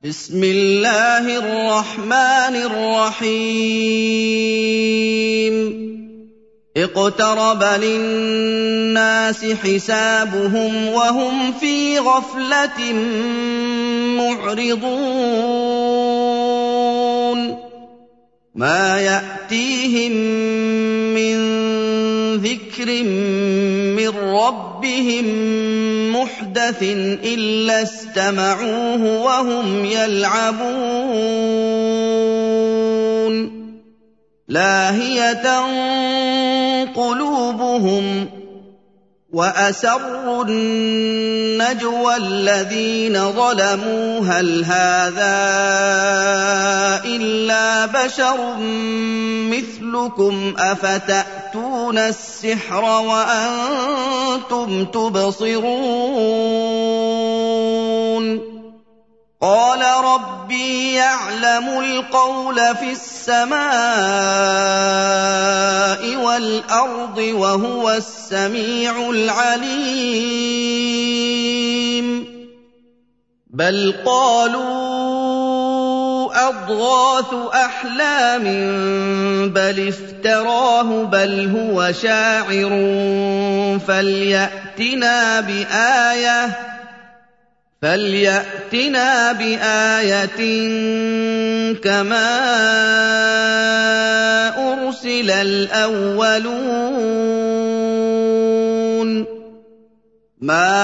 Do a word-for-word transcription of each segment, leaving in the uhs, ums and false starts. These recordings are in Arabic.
بسم الله الرحمن الرحيم اقترب للناس حسابهم وهم في غفلة معرضون ما يأتيهم من ذكر من ربهم محدث إلا استمعوه وهم يلعبون لاهية قلوبهم وأسروا النجوى الذين ظلموا هل هذا إلا بشر مثلكم أفتأتون السحر وأنتم تبصرون قال ربي يعلم القول في السماء والأرض وهو السميع العليم بل قالوا أضغاث أحلام بل افتراه بل هو شاعر فليأتنا بآية فليأتنا بآية كما أرسل الأولون ما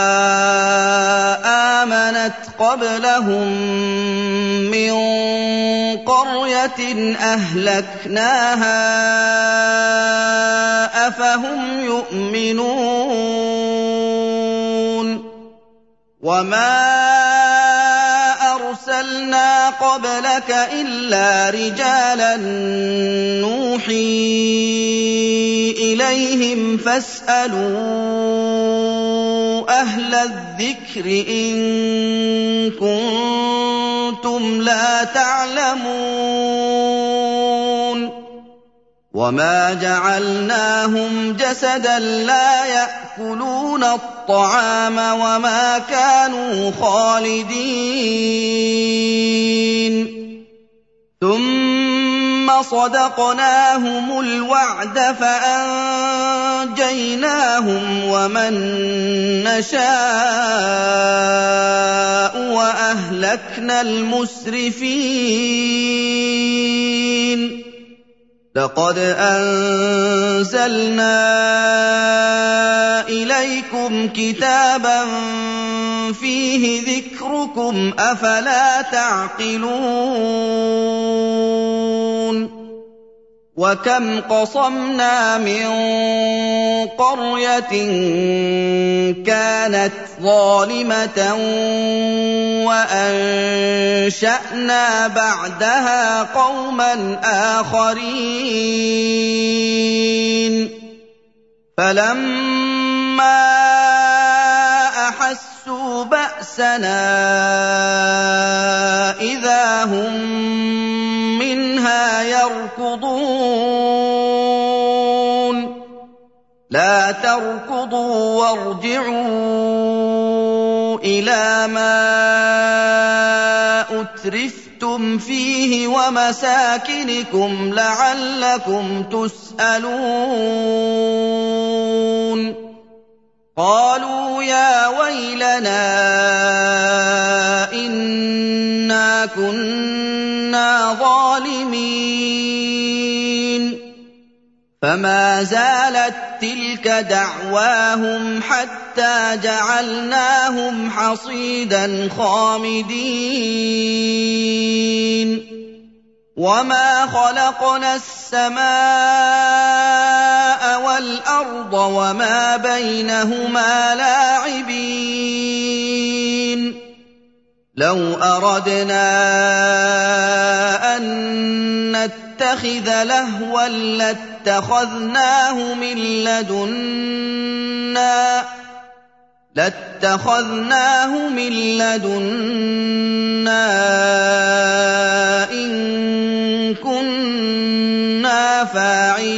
آمنت قبلهم من قرية أهلكناها أفهم يؤمنون وما أرسلنا قبلك إلا رجالا نوحي إليهم فاسألوا أهل الذكر إن كنتم لا تعلمون وما جعلناهم جسدا لا يأكلون الطعام وما كانوا خالدين ثم صدقناهم الوعد فأنجيناهم ومن نشاء وأهلكنا المسرفين لقد أنزلنا إليكم كتابا فيه ذكركم أفلا تعقلون وكم قصمنا من قرية كانت ظالمة وأنشأنا بعدها قوما آخرين فلما أحسوا بأسنا إذا هم منها يركضون لا تركضوا وارجعوا إلى ما أترفتم فيه ومساكنكم لعلكم تسألون قالوا يا ويلنا إنا كنا ظالمين فما زالت تلك دعواهم حتى جعلناهم حصيدا خامدين وما خلقنا السماء والأرض وما بينهما لاعبين لو أردنا أن نتخذ لهوا لاتخذناه من لدنا لاتخذناه من لدنا إن كنا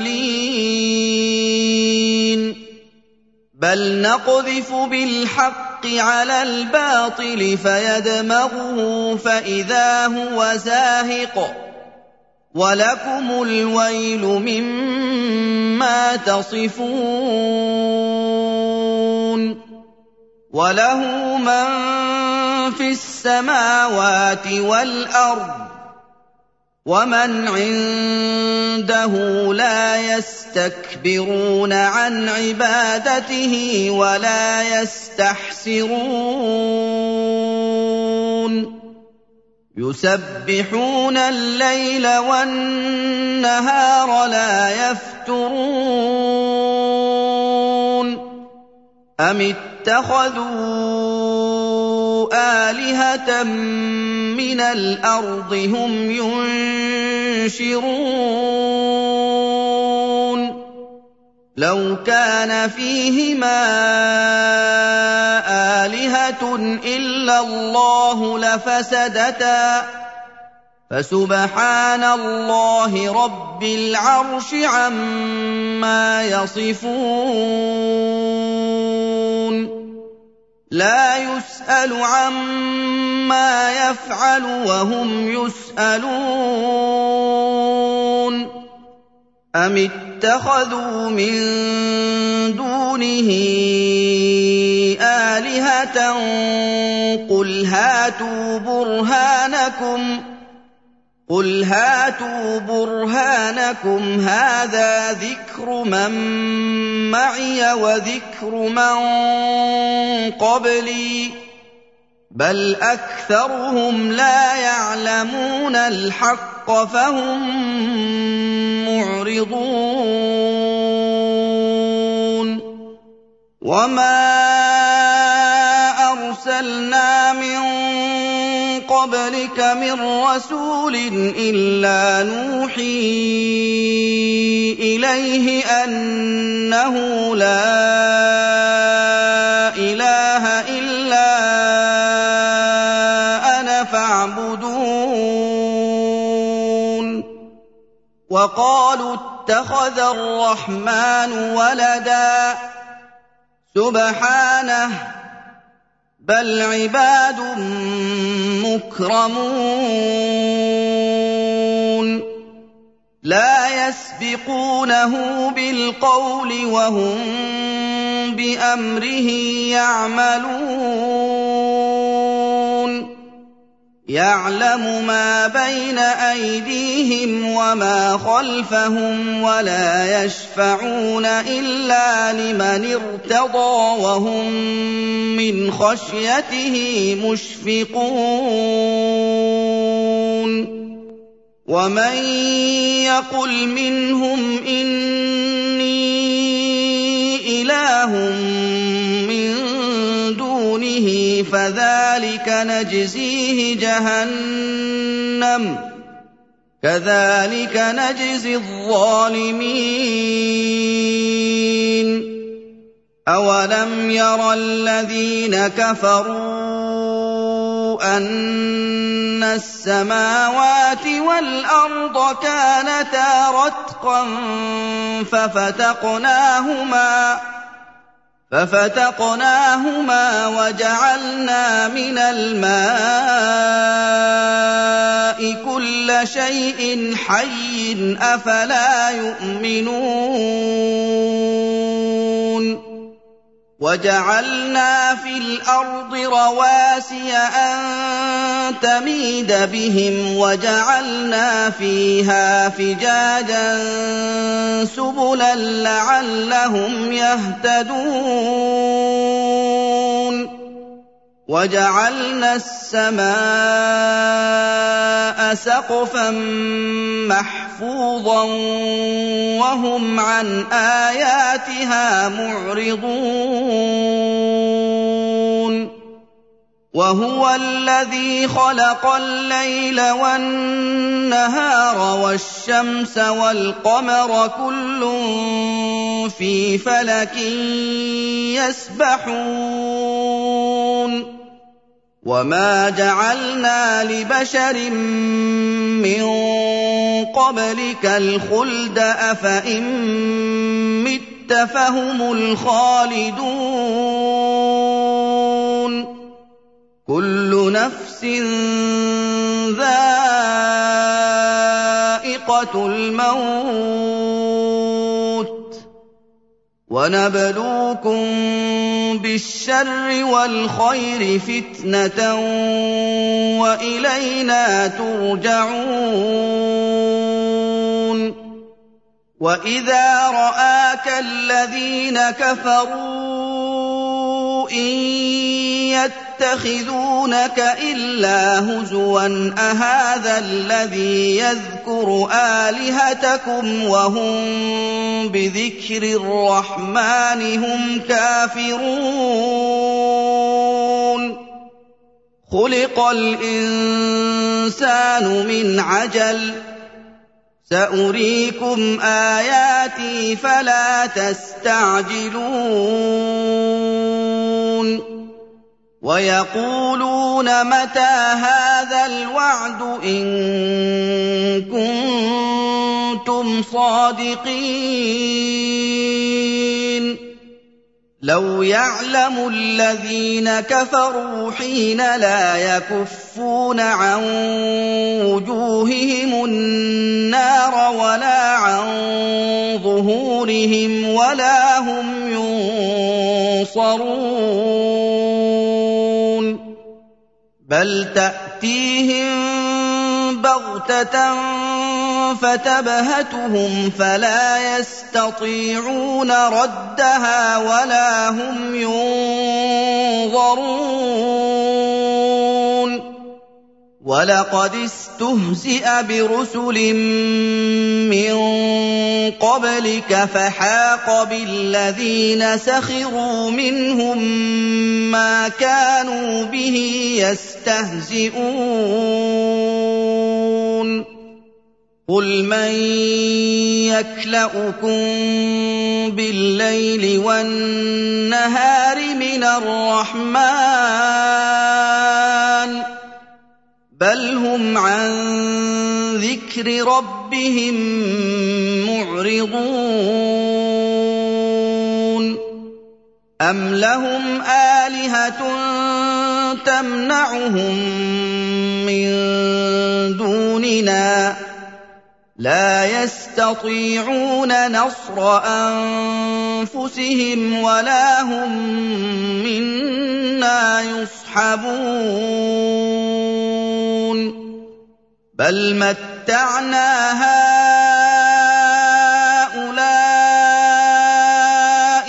فاعلين بل نقذف بالحق الْحَقِّ عَلَى الْبَاطِلِ فَيَدْمَغُهُ فَإِذَا هُوَ زَاهِقٌ وَلَكُمُ الْوَيْلُ مِمَّا تَصِفُونَ وَلَهُ مَن فِي السَّمَاوَاتِ وَالْأَرْضِ وَمَنْ عِندَهُ لَا يَسْتَكْبِرُونَ عَنْ عِبَادَتِهِ وَلَا يَسْتَحْسِرُونَ يُسَبِّحُونَ اللَّيْلَ وَالنَّهَارَ لَا يَفْتُرُونَ أَمِ اتَّخَذُوا آلِهَةً مِّنَ الْأَرْضِ هُمْ يُنشِرُونَ لَوْ كَانَ فِيهِمَا آلِهَةٌ إِلَّا اللَّهُ لَفَسَدَتَا فَسُبْحَانَ اللَّهِ رَبِّ الْعَرْشِ عَمَّا يَصِفُونَ لَا يُسْأَلُ عَمَّا يَفْعَلُ وَهُمْ يُسْأَلُونَ أَمِ اتَّخَذُوا مِن دُونِهِ آلِهَةً قُلْ هَاتُوا بُرْهَانَكُمْ قُلْ هَاتُوا بُرْهَانَكُمْ هَٰذَا ذِكْرُ مَن مَّعِيَ وَذِكْرُ مَن قَبْلِي بَلْ أَكْثَرُهُمْ لَا يَعْلَمُونَ الْحَقَّ فَهُم مُّعْرِضُونَ وَمَا أَرْسَلْنَا مِن قَبْلِكَ مِن رَّسُولٍ إِلَّا نُوحِي إِلَيْهِ أَنَّهُ لَا إِلَٰهَ إِلَّا أَنَا فَاعْبُدُونِ وَقَالُوا اتَّخَذَ الرَّحْمَٰنُ وَلَدًا سُبْحَانَهُ بَلْ عِبَادٌ مُّكْرَمُونَ لَا يَسْبِقُونَهُ بِالْقَوْلِ وَهُم بِأَمْرِهِ يَعْمَلُونَ يَعْلَمُ مَا بَيْنَ أَيْدِيهِمْ وَمَا خَلْفَهُمْ وَلَا يَشْفَعُونَ إِلَّا لِمَنِ ارْتَضَىٰ وَهُم مِّنْ خَشْيَتِهِ مُشْفِقُونَ وَمَن يَقُلْ مِنْهُمْ إِنِّي إِلَٰهٌ مِّن دُونِهِ فَذَٰلِكَ نَجْزِيهِ جَهَنَّمَ كَذَٰلِكَ نَجْزِي الظَّالِمِينَ أَوَلَمْ يَرَ الَّذِينَ كَفَرُوا أَنَّ السَّمَاوَاتِ وَالْأَرْضَ كَانَتَا رَتْقًا فَفَتَقْنَاهُمَا فَفَتَقْنَاهُمَا وَجَعَلْنَا مِنَ الْمَاءِ كُلَّ شَيْءٍ حَيٍّ أَفَلَا يُؤْمِنُونَ وَجَعَلْنَا فِي الْأَرْضِ رَوَاسِيَ أَن تَمِيدَ بِهِمْ وَجَعَلْنَا فِيهَا فِجَاجًا سُبُلًا لَّعَلَّهُمْ يَهْتَدُونَ وَجَعَلْنَا السَّمَاءَ سَقْفًا مَّحْفُوظًا وَهُمْ عَنْ آيَاتِهَا مُعْرِضُونَ وَهُوَ الَّذِي خَلَقَ اللَّيْلَ وَالنَّهَارَ وَالشَّمْسَ وَالْقَمَرَ كُلٌّ فِي فَلَكٍ يَسْبَحُونَ وَمَا جَعَلْنَا لِبَشَرٍ مِّن قَبْلِكَ الْخُلْدَ أَفَإِن مِّتَّ فَهُمُ الْخَالِدُونَ كُلُّ نَفْسٍ ذَائِقَةُ الْمَوْتِ ۖ وَنَبْلُوكُم بِالشَّرِّ وَالْخَيْرِ فِتْنَةً وَإِلَيْنَا تُرْجَعُونَ وَإِذَا رَآكَ الَّذِينَ كَفَرُوا إِن يَتَّخِذُونَكَ إِلَّا هُزُوًا أَهَٰذَا الَّذِي يَذْكُرُ آلِهَتَكُمْ وَهُم بِذِكْرِ الرَّحْمَٰنِ هُمْ كَافِرُونَ خُلِقَ الْإِنسَانُ مِنْ عَجَلٍ ۚ سَأُرِيكُمْ آيَاتِي فَلَا تَسْتَعْجِلُونَ وَيَقُولُونَ مَتَىٰ هَٰذَا الْوَعْدُ إِن كُنتُمْ صَادِقِينَ لَوْ يَعْلَمُ الَّذِينَ كَفَرُوا حِينَ لَا يَكُفُّونَ عَن وُجُوهِهِمُ النَّارَ وَلَا عَن ظُهُورِهِمْ وَلَا هُمْ يُنصَرُونَ بَلْ تَأْتِيهِم بَغْتَةً فَتَبْهَتُهُمْ فَلَا يَسْتَطِيعُونَ رَدَّهَا وَلَا هُمْ يُنظَرُونَ وَلَقَدِ اسْتُهْزِئَ بِرُسُلٍ مِّن قَبْلِكَ فَحَاقَ بِالَّذِينَ سَخِرُوا مِنْهُم مَّا كَانُوا بِهِ يَسْتَهْزِئُونَ قُلْ مَن يَكْلَؤُكُم بِاللَّيْلِ وَالنَّهَارِ مِنَ الرَّحْمَٰنِ بَلْ هُمْ عَن ذِكْرِ رَبِّهِم مُّعْرِضُونَ أَمْ لَهُمْ آلِهَةٌ تَمْنَعُهُم مِّن دُونِنَا ۚ لَا يَسْتَطِيعُونَ نَصْرَ أَنفُسِهِمْ وَلَا هُم مِّنَّا يُصْحَبُونَ بَلْ مَتَّعْنَا هَٰؤُلَاءِ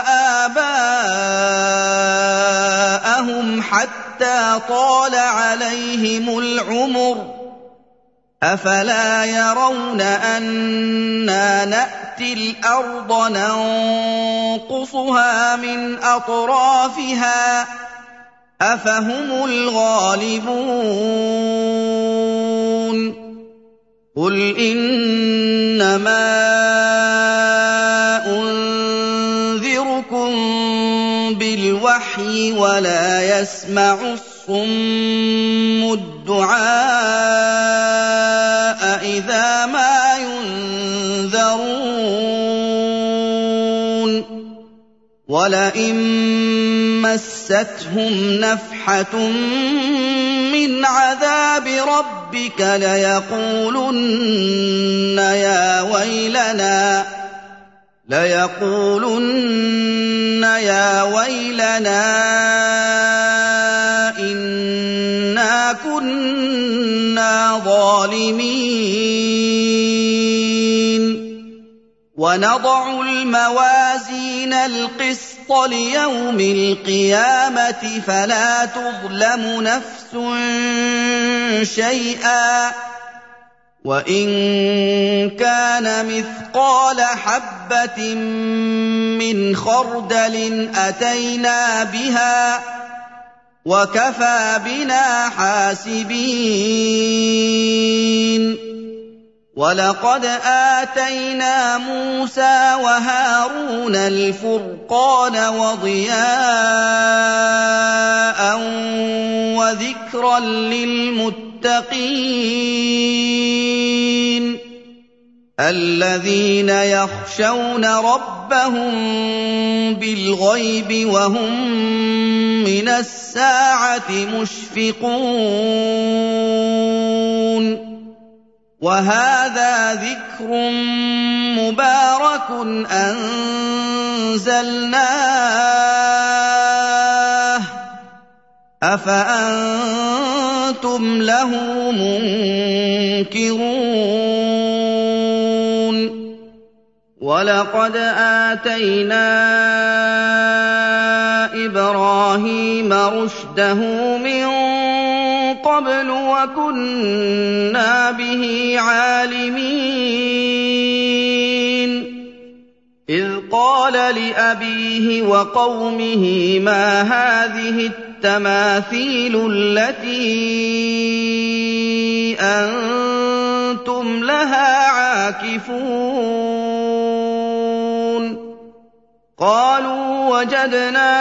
وَآبَاءَهُمْ حَتَّىٰ طَالَ عَلَيْهِمُ الْعُمُرُ ۗ أَفَلَا يَرَوْنَ أَنَّا نَأْتِي الْأَرْضَ نَنقُصُهَا مِنْ أَطْرَافِهَا ۚ أَفَهُمُ الْغَالِبُونَ قُلْ إِنَّمَا أُنذِرُكُم بِالْوَحْيِ وَلَا يَسْمَعُ الصُّمُّ الدُّعَاءَ إِذَا مَا يُنذَرُونَ وَلَئِن مَّسَّتْهُمْ نَفْحَةٌ مِّنْ عَذَابِ رَبِّكَ لَيَقُولُنَّ يَا وَيْلَنَا لَيَقُولُنَّ يَا وَيْلَنَا إِنَّا كُنَّا ظَالِمِينَ وَنَضَعُ الْمَوَازِينَ الْقِسْطَ لِيَوْمِ الْقِيَامَةِ فَلَا تُظْلَمُ نَفْسٌ شَيْئًا وَإِن كَانَ مِثْقَالَ حَبَّةٍ مِّنْ خَرْدَلٍ أَتَيْنَا بِهَا ۗ وَكَفَىٰ بِنَا حَاسِبِينَ وَلَقَدْ آتَيْنَا مُوسَىٰ وَهَارُونَ الْفُرْقَانَ وَضِيَاءً وَذِكْرًا لِّلْمُتَّقِينَ الذين يخشون ربهم بالغيب وهم من الساعة مشفقون وهذا ذكر مبارك أنزلناه أفأنتم له منكرون وَلَقَدْ آتَيْنَا إِبْرَاهِيمَ رُشْدَهُ مِن قَبْلُ وَكُنَّا بِهِ عَالِمِينَ إِذْ قَالَ لِأَبِيهِ وَقَوْمِهِ مَا هَٰذِهِ التَّمَاثِيلُ الَّتِي أَنتُمْ لَهَا عَاكِفُونَ قَالُوا وَجَدْنَا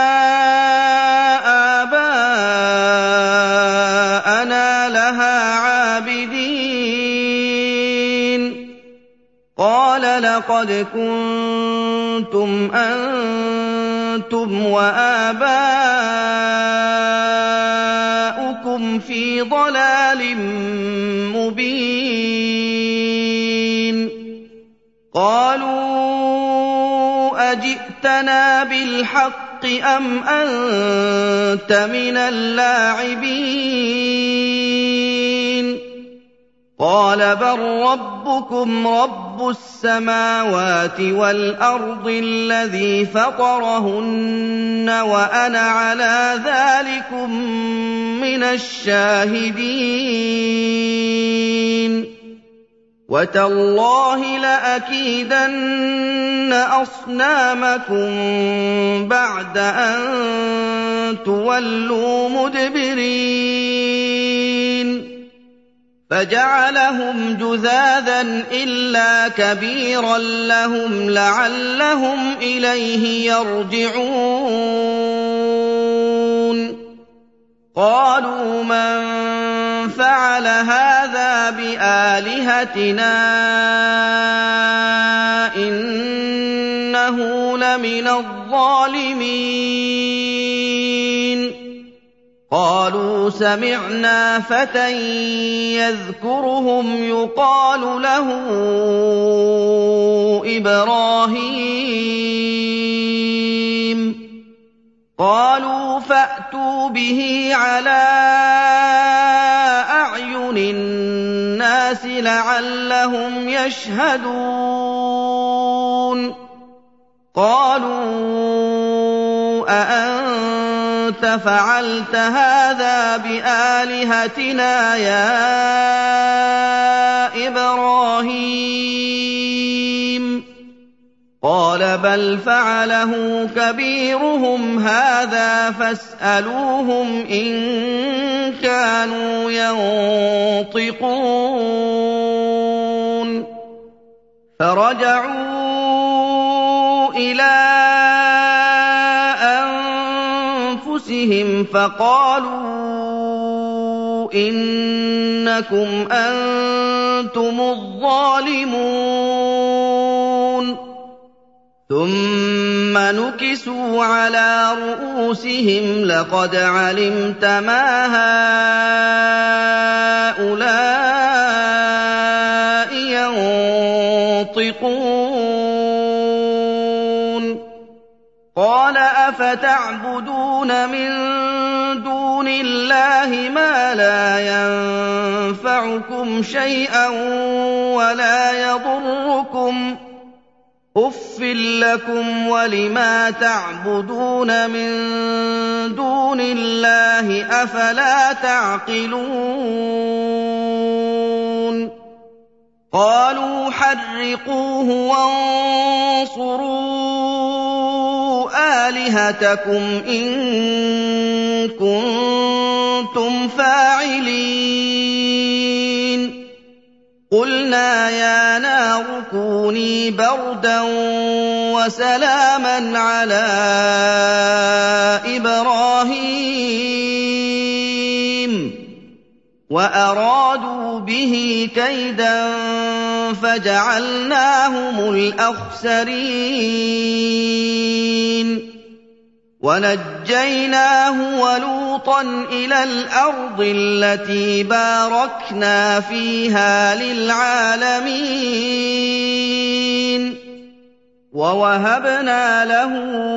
آبَاءَنَا لَهَا عَابِدِينَ قَالَ لَقَدْ كُنتُمْ أَنتُمْ وَآبَاؤُكُمْ فِي ضَلَالٍ مُّبِينٍ قَالُوا أَجِئْتَنَا بِالْحَقِّ أَمْ أَنتَ مِنَ اللَّاعِبِينَ قَالَ بَل رَّبُّكُمْ رَبُّ السَّمَاوَاتِ وَالْأَرْضِ الَّذِي فَطَرَهُنَّ وَأَنَا عَلَىٰ ذَٰلِكُم مِّنَ الشَّاهِدِينَ وَتَاللَّهِ لَأَكِيدَنَّ أَصْنَامَكُم بَعْدَ أَن تُوَلُّوا مُدْبِرِينَ فَجَعَلَهُمْ جُذَاذًا إِلَّا كَبِيرًا لَّهُمْ لَعَلَّهُمْ إِلَيْهِ يَرْجِعُونَ قَالُوا مَن فَعَلَ هَٰذَا بِآلِهَتِنَا إِنَّهُ لَمِنَ الظَّالِمِينَ قَالُوا سَمِعْنَا فَتًى يَذْكُرُهُمْ يُقَالُ لَهُ إِبْرَاهِيمُ قَالُوا فَأْتُوا بِهِ عَلَىٰ أَعْيُنِ النَّاسِ لَعَلَّهُمْ يَشْهَدُونَ قَالُوا أَأَنتَ فَعَلْتَ هَٰذَا بِآلِهَتِنَا يَا إِبْرَاهِيمُ قَالَ بَلْ فَعَلَهُ كَبِيرُهُمْ هَٰذَا فَاسْأَلُوهُمْ إِن كَانُوا يَنطِقُونَ فَرَجَعُوا إِلَىٰ أَنفُسِهِمْ فَقَالُوا إِنَّكُمْ أَنتُمُ الظَّالِمُونَ ثُمَّ نُكِسُوا عَلَىٰ رُءُوسِهِمْ لَقَدْ عَلِمْتَ مَا هَٰؤُلَاءِ يَنطِقُونَ قَالَ أَفَتَعْبُدُونَ مِن دُونِ اللَّهِ مَا لَا يَنفَعُكُمْ شَيْئًا وَلَا يَضُرُّكُمْ أُفٍّ لَّكُمْ وَلِمَا تَعْبُدُونَ مِن دُونِ اللَّهِ ۖ أَفَلَا تَعْقِلُونَ قَالُوا حَرِّقُوهُ وَانصُرُوا آلِهَتَكُمْ إِن كُنتُمْ فَاعِلِينَ قُلْنَا يَا نَارُ كُونِي بَرْدًا وَسَلَامًا عَلَىٰ إِبْرَاهِيمَ وَأَرَادُوا بِهِ كَيْدًا فجعلناهم الأخسرين ونجيناه ولوطا إلى الأرض التي باركنا فيها للعالمين ووهبنا له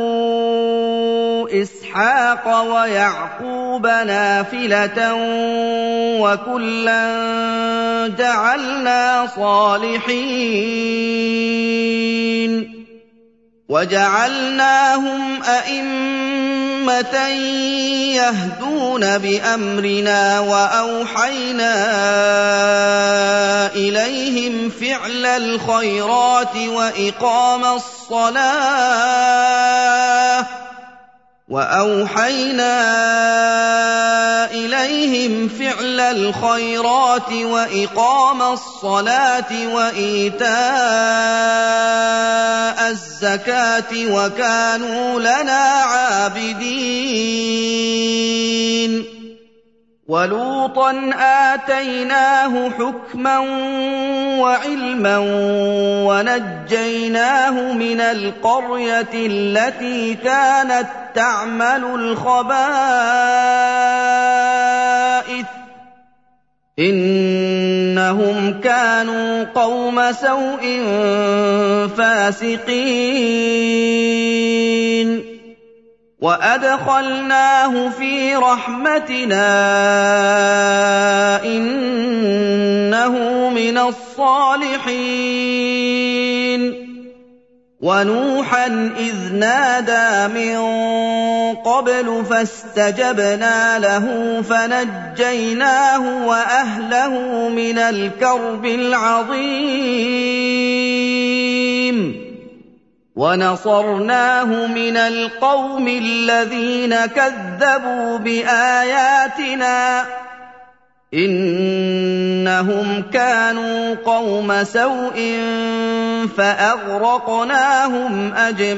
إسحاق ويعقوب نافلة وكلا جعلنا صالحين وجعلناهم أئمة يهدون بأمرنا وأوحينا إليهم فعل الخيرات وإقام الصلاة وأوحينا إليهم فعل الخيرات وإقام الصلاة وإيتاء الزكاة وكانوا لنا عابدين ولوطا آتيناه حكما وعلما ونجيناه من القرية التي كانت تعمل الخبائث إنهم كانوا قوم سوء فاسقين وأدخلناه في رحمتنا إنه من الصالحين ونوحا إذ نادى من قبل فاستجبنا له فنجيناه وأهله من الكرب العظيم ونصرناه من القوم الذين كذبوا بآياتنا إنهم كانوا قوم سوء فأغرقناهم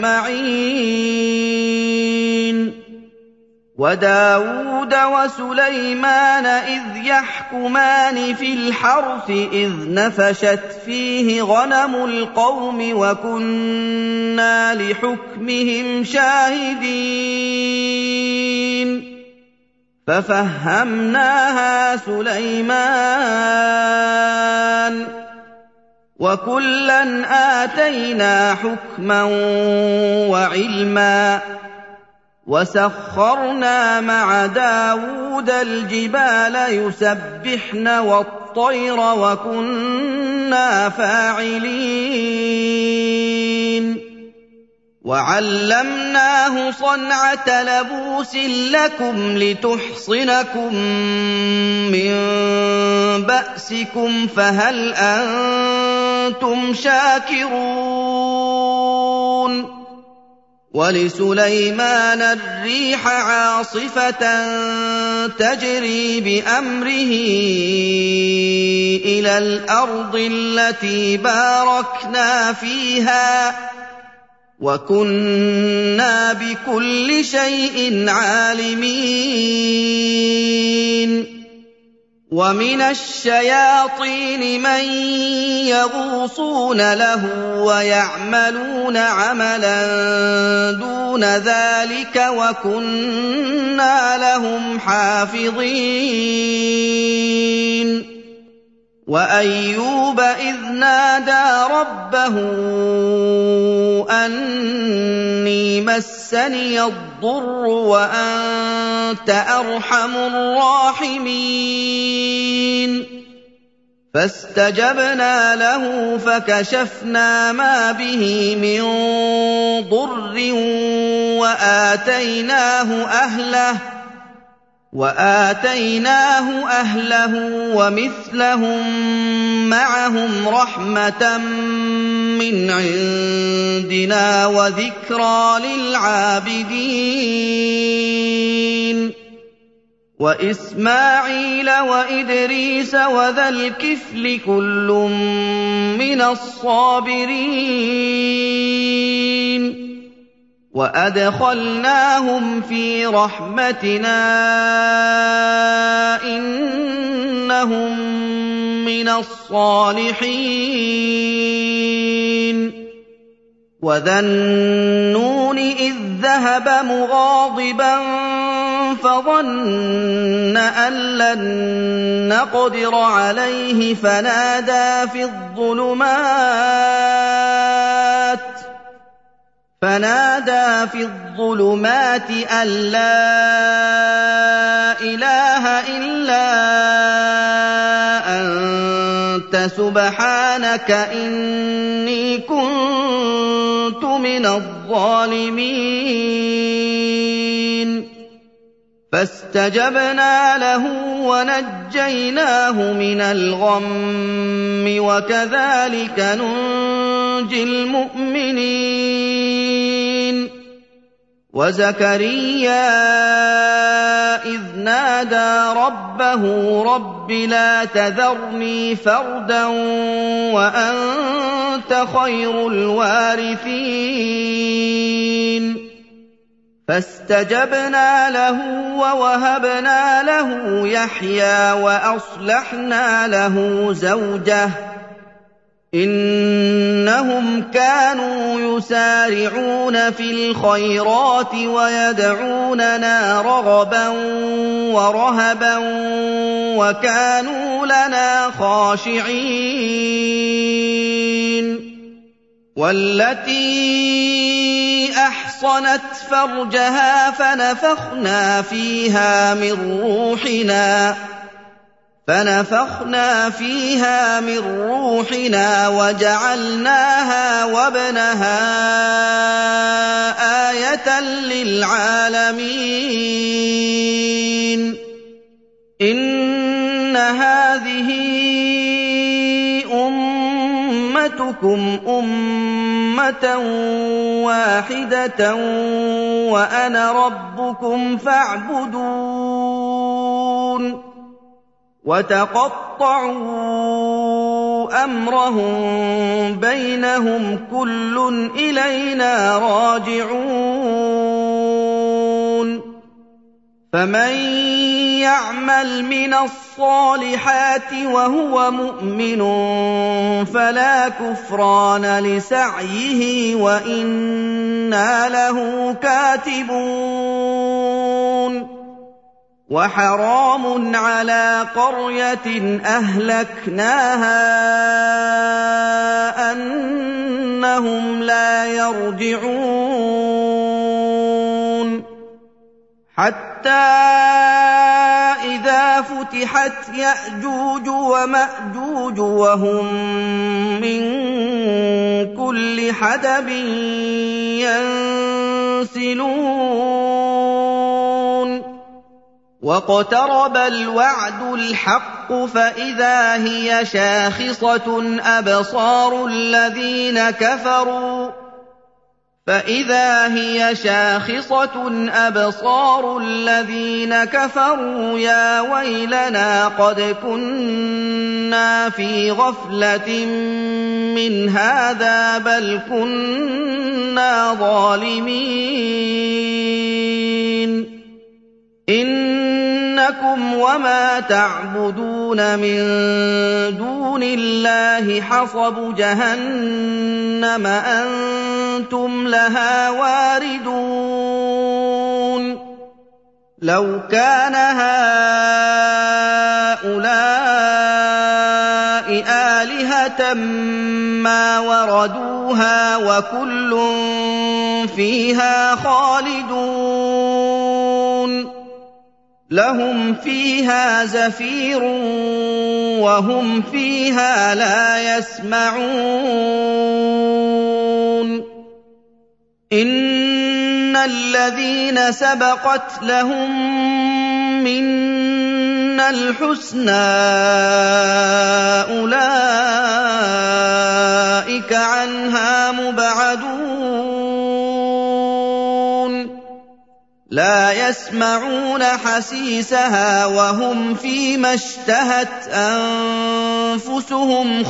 أجمعين وداود وسليمان إذ يحكمان في الحرث إذ نفشت فيه غنم القوم وكنا لحكمهم شاهدين ففهمناها سليمان وكلا آتينا حكما وعلما وسخرنا مع داود الجبال يسبحن والطير وكنا فاعلين وعلمناه صنعة لبوس لكم لتحصنكم من بأسكم فهل أنتم شاكرون ولسليمان الريح عاصفة تجري بأمره إلى الأرض التي باركنا فيها وكنا بكل شيء عالمين ومن الشياطين من يغوصون له ويعملون عملا دون ذلك وكنا لهم حافظين وأيوب إذ نادى ربه أني مسني الضر وأنت أرحم الراحمين فاستجبنا له فكشفنا ما به من ضر وآتيناه أهله وآتيناه أهله ومثلهم معهم رحمة من عندنا وذكرى للعابدين وإسماعيل وإدريس وذا الكفل كل من الصابرين وأدخلناهم في رحمتنا إنهم مِّنَ الصَّالِحِينَ وَذَا النُّونِ إِذ ذَّهَبَ مُغَاضِبًا فَظَنَّ أَن لَّن نَّقْدِرَ عَلَيْهِ فَنَادَىٰ فِي الظُّلُمَاتِ فَنَادَىٰ فِي الظُّلُمَاتِ أَن لَّا إِلَٰهَ إِلَّا أَنتَ سُبْحَانَكَ إِنِّي كُنتُ مِنَ الظَّالِمِينَ فَاسْتَجَبْنَا لَهُ وَنَجَّيْنَاهُ مِنَ الْغَمِّ ۚ وَكَذَٰلِكَ نُنجِي الْمُؤْمِنِينَ وَزَكَرِيَّا إِذْ نَادَىٰ رَبَّهُ رَبِّ لَا تَذَرْنِي فَرْدًا وَأَنتَ خَيْرُ الْوَارِثِينَ فَاسْتَجَبْنَا لَهُ وَوَهَبْنَا لَهُ يَحْيَىٰ وَأَصْلَحْنَا لَهُ زَوْجَهُ ۚ إِنَّهُمْ كَانُوا يُسَارِعُونَ فِي الْخَيْرَاتِ وَيَدْعُونَنَا رَغَبًا وَرَهَبًا وَكَانُوا لَنَا خَاشِعِينَ وَالَّتِي أَحْصَنَتْ فَرْجَهَا فَنَفَخْنَا فِيهَا مِن رُّوحِنَا فَنَفَخْنَا فِيهَا مِن رُّوحِنَا وَجَعَلْنَاهَا وَابْنَهَا آيَةً لِّلْعَالَمِينَ إِنَّ هَٰذِهِ أُمَّتُكُمْ أُمَّةً وَاحِدَةً وَأَنَا رَبُّكُمْ فَاعْبُدُونِ وَتَقَطَّعُوا أَمْرَهُم بَيْنَهُمْ ۖ كُلٌّ إِلَيْنَا رَاجِعُونَ فَمَن يَعْمَلْ مِنَ الصَّالِحَاتِ وَهُوَ مُؤْمِنٌ فَلَا كُفْرَانَ لِسَعْيِهِ وَإِنَّا لَهُ كَاتِبُونَ وَحَرَامٌ عَلَىٰ قَرْيَةٍ أَهْلَكْنَاهَا أَنَّهُمْ لَا يَرْجِعُونَ حَتَّىٰ إِذَا فُتِحَتْ يَأْجُوجُ وَمَأْجُوجُ وَهُم مِّن كُلِّ حَدَبٍ يَنسِلُونَ وَاقْتَرَبَ الْوَعْدُ الْحَقُّ فَإِذَا هِيَ شَاخِصَةٌ أَبْصَارُ الَّذِينَ كَفَرُوا فَإِذَا هِيَ شَاخِصَةٌ أَبْصَارُ الَّذِينَ كَفَرُوا يَا وَيْلَنَا قَدْ كُنَّا فِي غَفْلَةٍ مِّنْ هَٰذَا بَلْ كُنَّا ظَالِمِينَ إِنَّكُمْ وَمَا تَعْبُدُونَ مِن دُونِ اللَّهِ حَصَبُ جَهَنَّمَ أَنتُمْ لَهَا وَارِدُونَ لَوْ كَانَ هَٰؤُلَاءِ آلِهَةً مَّا وَرَدُوهَا وَكُلٌّ فِيهَا خَالِدُونَ لَهُمْ فِيهَا زَفِيرٌ وَهُمْ فِيهَا لَا يَسْمَعُونَ إِنَّ الَّذِينَ سَبَقَتْ لَهُم مِّنَّا الْحُسْنَىٰ أُولَٰئِكَ عَنْهَا مُبْعَدُونَ لَا يَسْمَعُونَ حَسِيسَهَا وَهُمْ فِيمَا اشْتَهَتْ أَنفُسُهُمْ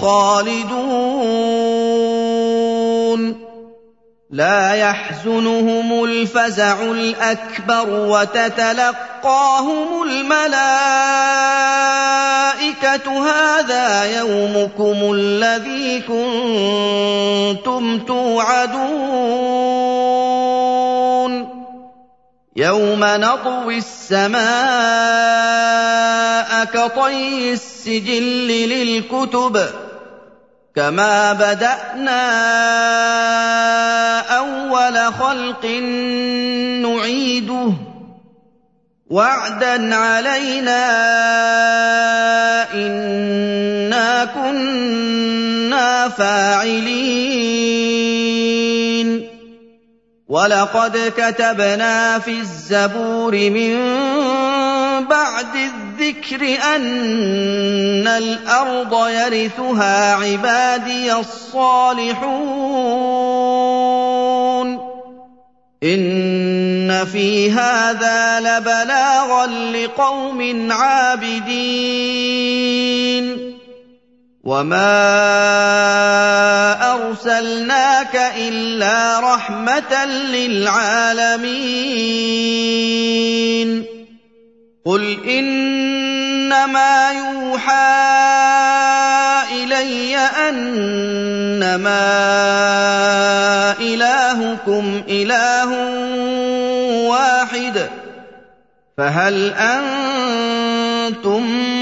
خَالِدُونَ لَا يَحْزُنُهُمُ الْفَزَعُ الْأَكْبَرُ وَتَتَلَقَّاهُمُ الْمَلَائِكَةُ الْمَلَائِكَةُ هَٰذَا يَوْمُكُمُ الَّذِي كُنتُمْ تُوعَدُونَ يَوْمَ نَطْوِي السَّمَاءَ كَطَيِّ السِّجِلِّ لِلْكُتُبِ كَمَا بَدَأْنَا أَوَّلَ خَلْقٍ نُّعِيدُهُ وَعْدًا عَلَيْنَا إِنَّا كُنَّا فَاعِلِينَ وَلَقَدْ كَتَبْنَا فِي الزَّبُورِ مِن بَعْدِ الذِّكْرِ أَنَّ الْأَرْضَ يَرِثُهَا عِبَادِيَ الصَّالِحُونَ إِنَّ فِي هَٰذَا لَبَلَاغًا لِّقَوْمٍ عَابِدِينَ وَمَا أَرْسَلْنَاكَ إِلَّا رَحْمَةً لِّلْعَالَمِينَ قُلْ إِنَّمَا يُوحَىٰ إِلَيَّ أَنَّمَا إِلَٰهُكُمْ إِلَٰهٌ وَاحِدٌ فَهَلْ أَنتُم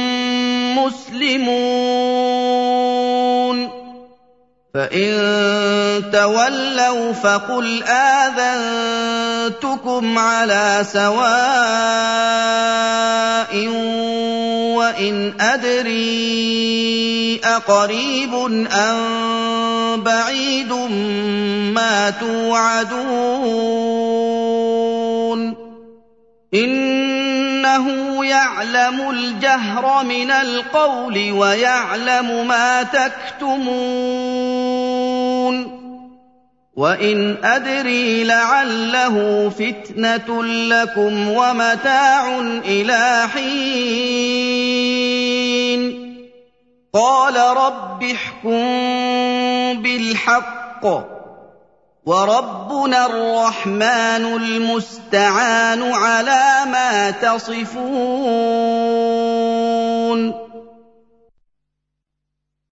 مُّسْلِمُونَ فَإِن تَوَلَّوْا فَقُلْ آذَنتُكُمْ عَلَىٰ سَوَاءٍ وَإِنْ أَدْرِي أَقَرِيبٌ أَم بَعِيدٌ مَّا تُوعَدُونَ إِنَّهُ يَعْلَمُ الْجَهْرَ مِنَ الْقَوْلِ وَيَعْلَمُ مَا تَكْتُمُونَ وَإِنْ أَدْرِي لَعَلَّهُ فِتْنَةٌ لَّكُمْ وَمَتَاعٌ إِلَىٰ حِينٍ قَالَ رَبِّ احْكُم بِالْحَقِّ وَرَبُّنَا الرَّحْمَٰنُ الْمُسْتَعَانُ عَلَىٰ مَا تَصِفُونَ